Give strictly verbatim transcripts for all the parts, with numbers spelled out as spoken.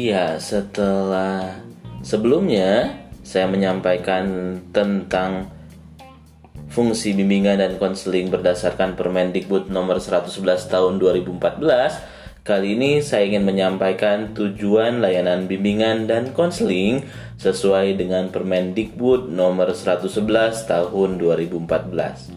Iya, setelah sebelumnya saya menyampaikan tentang fungsi bimbingan dan konseling berdasarkan Permendikbud nomor seratus sebelas tahun dua ribu empat belas. Kali ini saya ingin menyampaikan tujuan layanan bimbingan dan konseling sesuai dengan Permendikbud nomor seratus sebelas tahun dua ribu empat belas.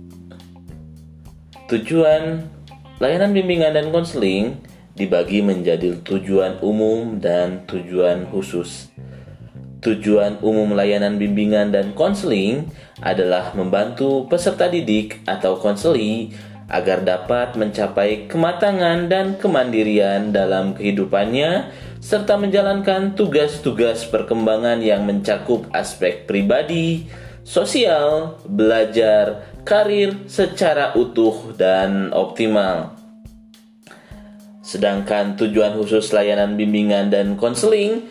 Tujuan layanan bimbingan dan konseling dibagi menjadi tujuan umum dan tujuan khusus. Tujuan umum layanan bimbingan dan konseling adalah membantu peserta didik atau konseli agar dapat mencapai kematangan dan kemandirian dalam kehidupannya serta menjalankan tugas-tugas perkembangan yang mencakup aspek pribadi, sosial, belajar, karir secara utuh dan optimal. Sedangkan tujuan khusus layanan bimbingan dan konseling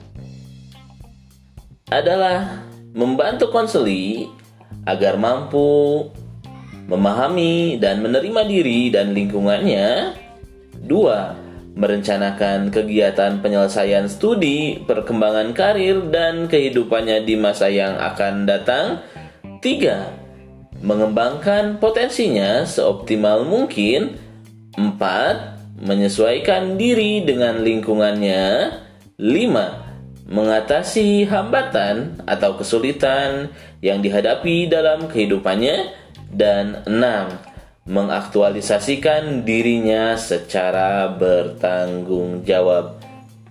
adalah membantu konseli agar mampu memahami dan menerima diri dan lingkungannya. Dua, merencanakan kegiatan penyelesaian studi, perkembangan karir, dan kehidupannya di masa yang akan datang. Tiga, mengembangkan potensinya seoptimal mungkin. Empat, menyesuaikan diri dengan lingkungannya. Lima, mengatasi hambatan atau kesulitan yang dihadapi dalam kehidupannya. Dan enam, mengaktualisasikan dirinya secara bertanggung jawab.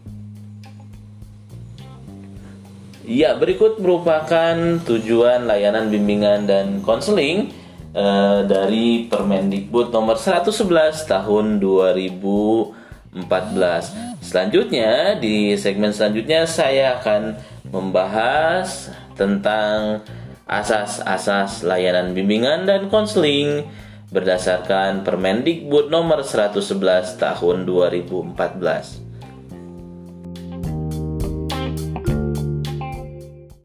Ya, berikut merupakan tujuan layanan bimbingan dan konseling eh, dari Permendikbud nomor seratus sebelas tahun dua ribu empat belas. Selanjutnya, di segmen selanjutnya saya akan membahas tentang asas-asas layanan bimbingan dan konseling berdasarkan Permendikbud nomor seratus sebelas tahun dua ribu empat belas.